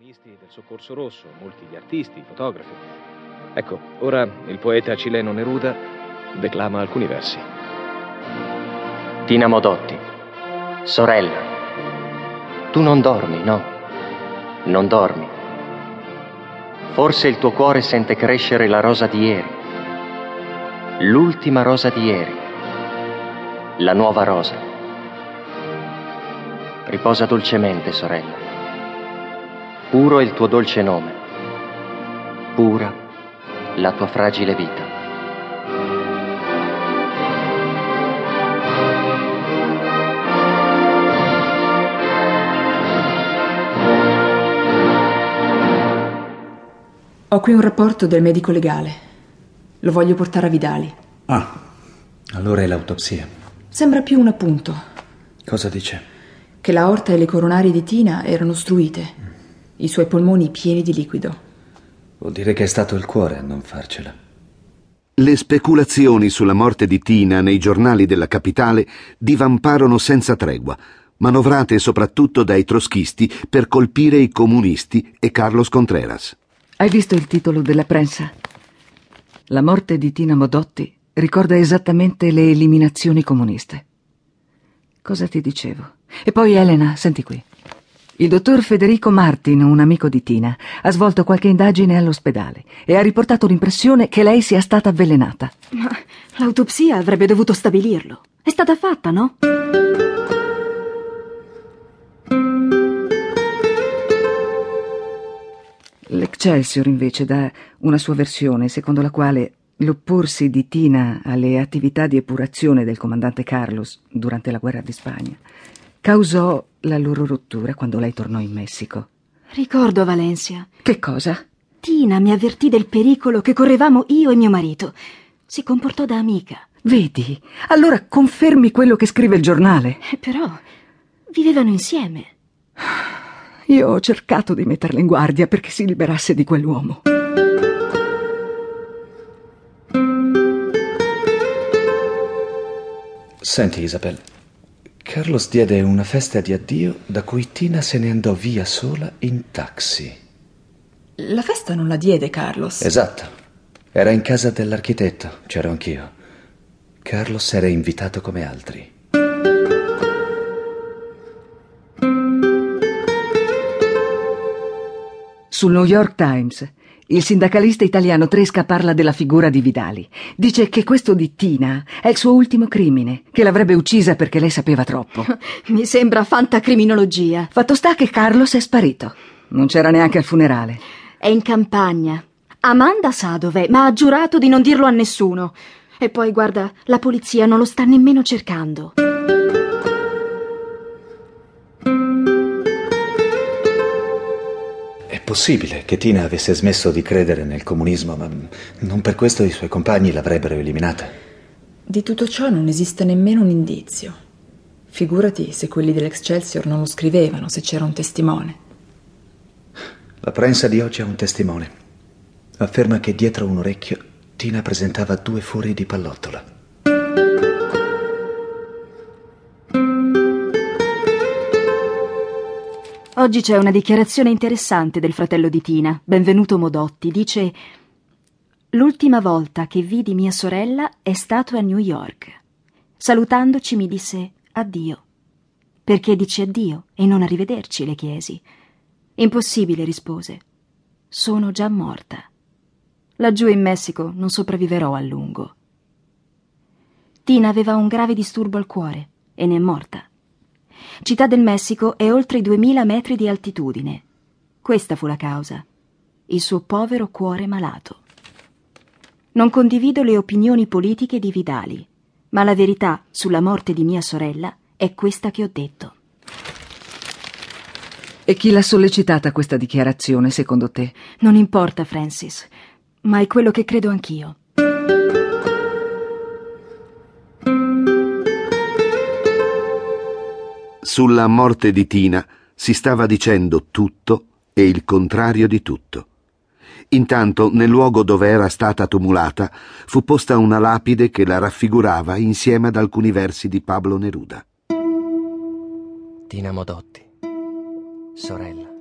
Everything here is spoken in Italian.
professionisti del Soccorso Rosso, molti gli artisti, i fotografi. Ecco, ora il poeta cileno Neruda declama alcuni versi. Tina Modotti, sorella, tu non dormi, no? Non dormi. Forse il tuo cuore sente crescere la rosa di ieri, l'ultima rosa di ieri, la nuova rosa. Riposa dolcemente, sorella. Puro è il tuo dolce nome, pura la tua fragile vita. Ho qui un rapporto del medico legale. Lo voglio portare a Vidali. Ah, allora è l'autopsia. Sembra più un appunto. Cosa dice? Che l'aorta e le coronarie di Tina erano ostruite. I suoi polmoni pieni di liquido. Vuol dire che è stato il cuore a non farcela. Le speculazioni sulla morte di Tina nei giornali della capitale divamparono senza tregua, manovrate soprattutto dai trotskisti per colpire i comunisti e Carlos Contreras. Hai visto il titolo della prensa? La morte di Tina Modotti ricorda esattamente le eliminazioni comuniste. Cosa ti dicevo? E poi Elena, senti qui. Il dottor Federico Martin, un amico di Tina, ha svolto qualche indagine all'ospedale e ha riportato l'impressione che lei sia stata avvelenata. Ma l'autopsia avrebbe dovuto stabilirlo. È stata fatta, no? L'Excelsior invece dà una sua versione, secondo la quale l'opporsi di Tina alle attività di epurazione del comandante Carlos durante la guerra di Spagna causò la loro rottura quando lei tornò in Messico. Ricordo a Valencia. Che cosa? Tina mi avvertì del pericolo che correvamo io e mio marito. Si comportò da amica. Vedi? Allora confermi quello che scrive il giornale. Però vivevano insieme. Io ho cercato di metterla in guardia perché si liberasse di quell'uomo. Senti, Isabel, Carlos diede una festa di addio da cui Tina se ne andò via sola in taxi. La festa non la diede Carlos. Esatto. Era in casa dell'architetto, c'ero anch'io. Carlos era invitato come altri. Sul New York Times, il sindacalista italiano Tresca parla della figura di Vidali. Dice che questo di Tina è il suo ultimo crimine, che l'avrebbe uccisa perché lei sapeva troppo. Mi sembra fantacriminologia. Fatto sta che Carlos è sparito. Non c'era neanche al funerale. È in campagna. Amanda sa dov'è, ma ha giurato di non dirlo a nessuno. E poi, guarda, la polizia non lo sta nemmeno cercando. È possibile che Tina avesse smesso di credere nel comunismo, ma non per questo i suoi compagni l'avrebbero eliminata. Di tutto ciò non esiste nemmeno un indizio. Figurati se quelli dell'Excelsior non lo scrivevano, se c'era un testimone. La prensa di oggi ha un testimone. Afferma che dietro un orecchio Tina presentava 2 fori di pallottola. Oggi c'è una dichiarazione interessante del fratello di Tina, Benvenuto Modotti. Dice: l'ultima volta che vidi mia sorella è stato a New York. Salutandoci mi disse addio. Perché dici addio e non arrivederci, le chiesi. Impossibile, rispose. Sono già morta. Laggiù in Messico non sopravviverò a lungo. Tina aveva un grave disturbo al cuore e ne è morta. Città del Messico è oltre i 2000 metri di altitudine. Questa fu la causa. Il suo povero cuore malato. Non condivido le opinioni politiche di Vidali, ma la verità sulla morte di mia sorella è questa che ho detto. E chi l'ha sollecitata questa dichiarazione, secondo te? Non importa, Francis, ma è quello che credo anch'io. Sulla morte di Tina si stava dicendo tutto e il contrario di tutto. Intanto, nel luogo dove era stata tumulata, fu posta una lapide che la raffigurava insieme ad alcuni versi di Pablo Neruda. Tina Modotti, sorella.